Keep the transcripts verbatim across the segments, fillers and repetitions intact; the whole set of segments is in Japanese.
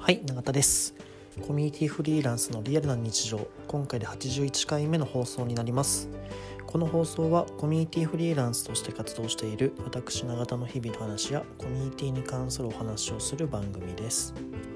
はい、永田です。コミュニティフリーランスのリアルな日常、今回ではちじゅういっかいめの放送になります。この放送はコミュニティフリーランスとして活動している私永田の日々の話やコミュニティに関するお話をする番組です。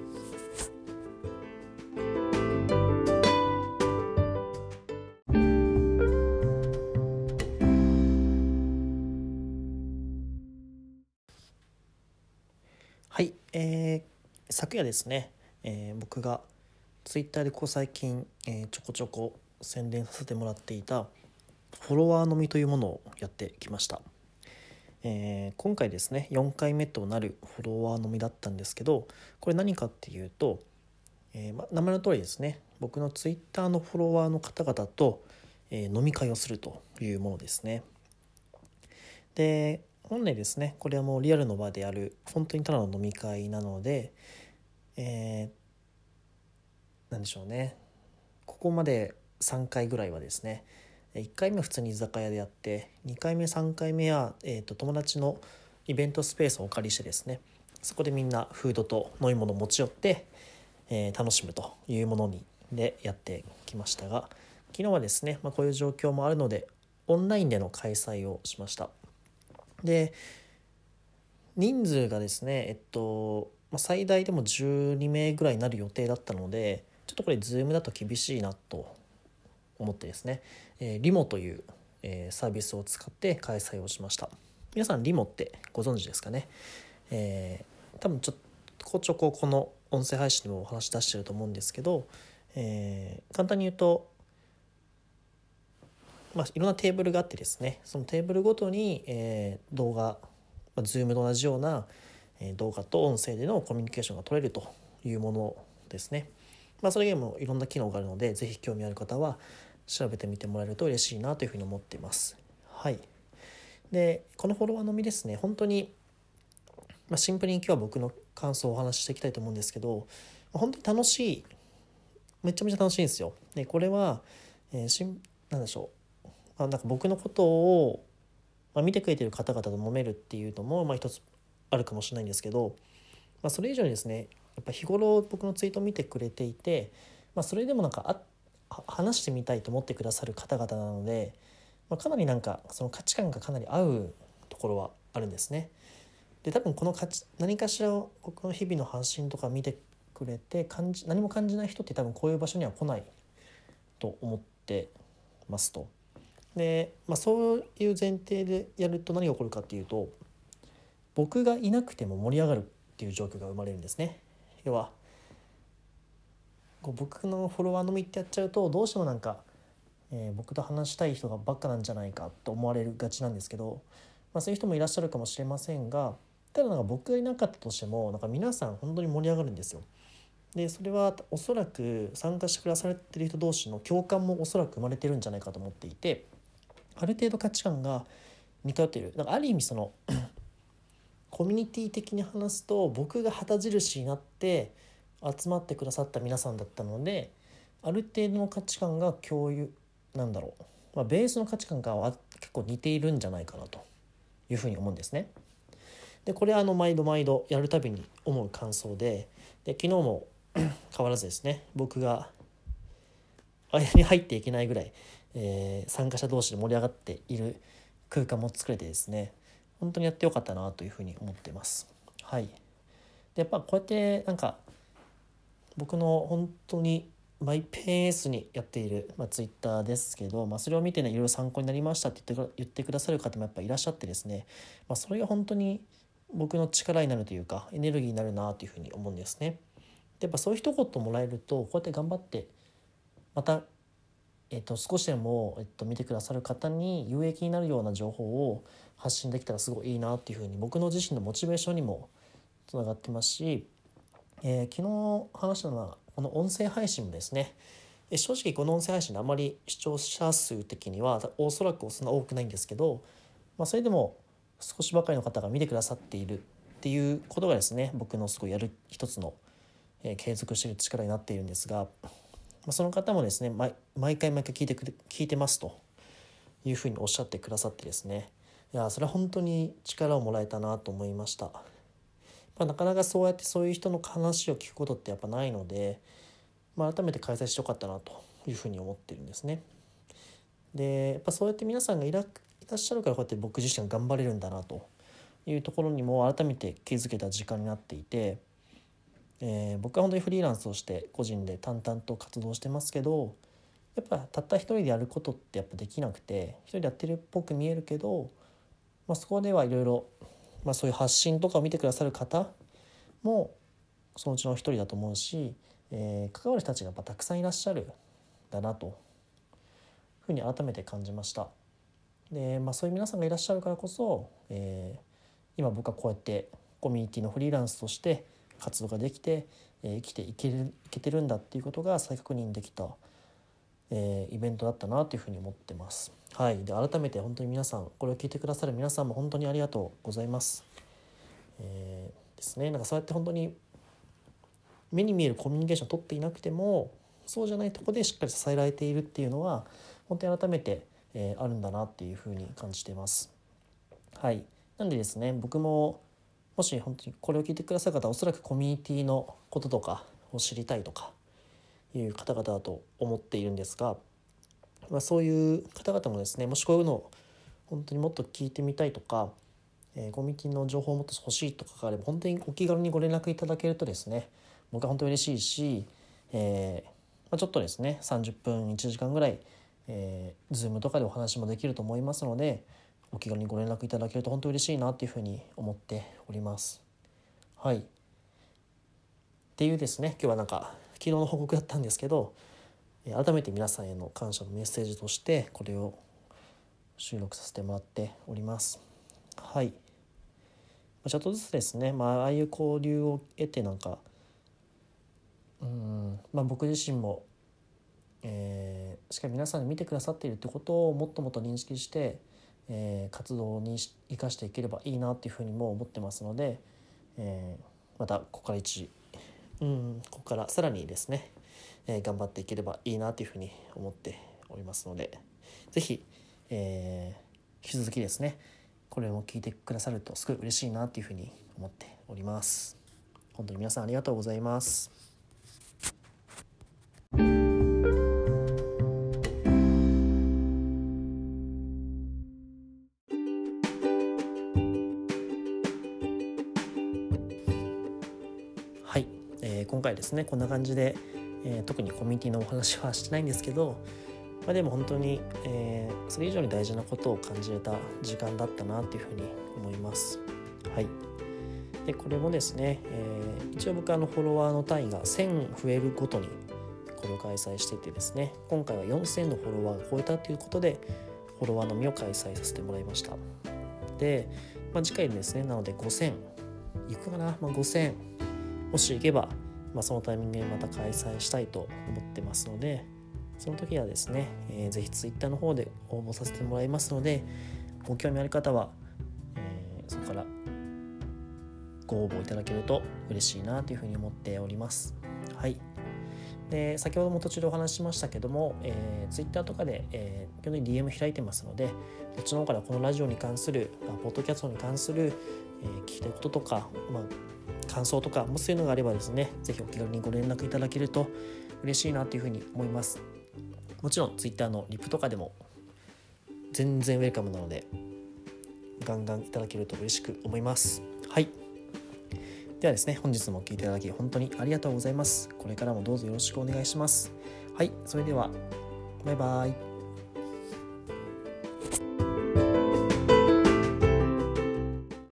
はい、えー、昨夜ですね、えー、僕がツイッターでここ最近、えー、ちょこちょこ宣伝させてもらっていたフォロワー飲みというものをやってきました。えー、今回ですねよんかいめとなるフォロワー飲みだったんですけど、これ何かっていうと、えーま、名前の通りですね、僕のツイッターのフォロワーの方々と、えー飲み会をするというものですね。で本来ですね、これはもうリアルの場でやる本当にただの飲み会なので、えー、なんでしょうね、ここまでさんかいぐらいはですね、いっかいめは普通に居酒屋でやって、にかいめさんかいめは、えー、と友達のイベントスペースをお借りしてですね、そこでみんなフードと飲み物を持ち寄って、えー楽しむというものにでやってきましたが、昨日はですね、まあ、こういう状況もあるのでオンラインでの開催をしました。で人数がですね、えっと、まあ、最大でもじゅうにめいぐらいになる予定だったので、ちょっとこれ Zoom だと厳しいなと思ってですね、えー、リモという、えーサービスを使って開催をしました。皆さんリモってご存知ですかね。えー多分ちょっとちょここの音声配信でもお話し出してると思うんですけど、えー簡単に言うと、まあ、いろんなテーブルがあってですね、そのテーブルごとに、えー動画、まあ、Zoom と同じような、えー動画と音声でのコミュニケーションが取れるというものですね。まあ、それ以外もいろんな機能があるので、ぜひ興味ある方は調べてみてもらえると嬉しいなというふうに思っています。はい。で、このフォロワーのみですね、本当に、まあ、シンプルに今日は僕の感想をお話ししていきたいと思うんですけど、本当に楽しい、めちゃめちゃ楽しいんですよ。で、これは、えー、しんなんでしょう、まあ、なんか僕のことを、まあ、見てくれてる方々と飲めるっていうのも、まあ、一つあるかもしれないんですけど、まあ、それ以上にですね、やっぱ日頃僕のツイートを見てくれていて、まあ、それでもなんかあ話してみたいと思ってくださる方々なので、まあ、かなりなんかその価値観がかなり合うところはあるんですね。で多分この価値何かしら僕の日々の発信とか見てくれて感じ何も感じない人って多分こういう場所には来ないと思ってますと。で、まあ、そういう前提でやると何が起こるかっていうと、僕がいなくても盛り上がるっていう状況が生まれるんですね。要はこう僕のフォロワーのみってやっちゃうと、どうしてもなんか、えー僕と話したい人がばっかなんじゃないかと思われるがちなんですけど、まあ、そういう人もいらっしゃるかもしれませんが、ただなんか僕がいなかったとしてもなんか皆さん本当に盛り上がるんですよ。でそれはおそらく参加してくださってる人同士の共感もおそらく生まれてるんじゃないかと思っていて、ある程度価値観が似通っている。だからある意味そのコミュニティ的に話すと、僕が旗印になって集まってくださった皆さんだったので、ある程度の価値観が共有なんだろう、まあ、ベースの価値観が結構似ているんじゃないかなというふうに思うんですね。でこれはあの毎度毎度やるたびに思う感想で、で昨日も変わらずですね、僕が間に入っていけないぐらい、えー参加者同士で盛り上がっている空間も作れてですね、本当にやってよかったなというふうに思っています。はい。でやっぱこうやってなんか僕の本当にマイペースにやっている、まあ、ツイッターですけど、まあ、それを見てねいろいろ参考になりましたって言って言ってくださる方もやっぱいらっしゃってですね、まあ、それが本当に僕の力になるというかエネルギーになるなというふうに思うんですね。でやっぱそういう一言もらえると、こうやって頑張ってまた、えっと、少しでも、えっと、見てくださる方に有益になるような情報を発信できたらすごいいいなっていうふうに僕の自身のモチベーションにもつながってますし、えー昨日話したのはこの音声配信もですね、え正直この音声配信あまり視聴者数的にはおそらくそんな多くないんですけど、まあ、それでも少しばかりの方が見てくださっているっていうことがですね、僕のすごいやる一つの、えー継続している力になっているんですが、まあ、その方もですね毎毎回毎回聞いてくれ聞いてますというふうにおっしゃってくださってですね、いやそれは本当に力をもらえたなと思いました。 まあ、なかなかそうやってそういう人の話を聞くことってやっぱないので、まあ、改めて開催してよかったなというふうに思ってるんですね。でやっぱそうやって皆さんがいらいらっしゃるからこうやって僕自身が頑張れるんだなというところにも改めて気づけた時間になっていて、えー、僕は本当にフリーランスをして個人で淡々と活動してますけど、やっぱたった一人でやることってやっぱできなくて、一人でやってるっぽく見えるけど、まあ、そこではいろいろそういう発信とかを見てくださる方もそのうちの一人だと思うし、えー、関わる人たちがやっぱたくさんいらっしゃるんだなというふうに改めて感じました。で、まあ、そういう皆さんがいらっしゃるからこそ、えー、今僕はこうやってコミュニティのフリーランスとして活動ができて、えー、生きていける、いけてるんだっていうことが再確認できた、えー、イベントだったなというふうに思ってます。はい、で改めて本当に皆さん、これを聞いてくださる皆さんも本当にありがとうございます。えー、ですね、なんかそうやって本当に目に見えるコミュニケーションを取っていなくても、そうじゃないところでしっかり支えられているっていうのは本当に改めて、えー、あるんだなっていうふうに感じています。はい、なんでですね、僕ももし本当にこれを聞いてくださる方はおそらくコミュニティのこととかを知りたいとかいう方々だと思っているんですが、まあ、そういう方々もですね、もしこういうのを本当にもっと聞いてみたいとか、えー、コミュニティの情報をもっと欲しいとかがあれば本当にお気軽にご連絡いただけるとですね、僕は本当に嬉しいし、えーまあ、ちょっとですねさんじゅっぷんいちじかんぐらい、えー、Zoom とかでお話もできると思いますので、お気軽にご連絡いただけると本当に嬉しいなというふうに思っております。はい。っていうですね、今日はなんか昨日の報告だったんですけど、改めて皆さんへの感謝のメッセージとしてこれを収録させてもらっております。はい。ちょっとずつですね、まあ、ああいう交流を得てなんかうん、まあ、僕自身も、えー、しっかり皆さんに見てくださっているってことをもっともっと認識して、えー、活動に生かしていければいいなっていうふうにも思ってますので、えー、またここから一うんここからさらにですね、えー、頑張っていければいいなというふうに思っておりますので、ぜひ、えー、引き続きですねこれを聞いてくださるとすごい嬉しいなというふうに思っております。本当に皆さんありがとうございます。はい、えー、今回ですねこんな感じで、えー、特にコミュニティのお話はしてないんですけど、まあ、でも本当に、えー、それ以上に大事なことを感じれた時間だったなというふうに思います。はい。でこれもですね、えー、一応僕あのフォロワーの単位がせん増えるごとにこれを開催しててですね、今回はよんせんのフォロワーが超えたということでフォロワーのみを開催させてもらいました。で、まあ、次回ですね、なのでごせんいくかな、まあ、ごせんもし行けば、まあ、そのタイミングでまた開催したいと思ってますので、その時はですね、えー、ぜひツイッターの方で応募させてもらいますので、ご興味ある方は、えー、そこからご応募いただけると嬉しいなというふうに思っております。はい。で先ほども途中でお話ししましたけども、えー、ツイッターとかで、えー、基本的に ディーエム 開いてますので、こっちの方からこのラジオに関する、まあ、ポッドキャストに関する、えー、聞きたいこととか、まあ、感想とかもそういうのがあればですね、ぜひお気軽にご連絡いただけると嬉しいなというふうに思います。もちろんツイッターのリプとかでも全然ウェルカムなので、ガンガンいただけると嬉しく思います。はい。ではですね、本日も聞いていただき本当にありがとうございます。これからもどうぞよろしくお願いします。はい、それではバイバイ。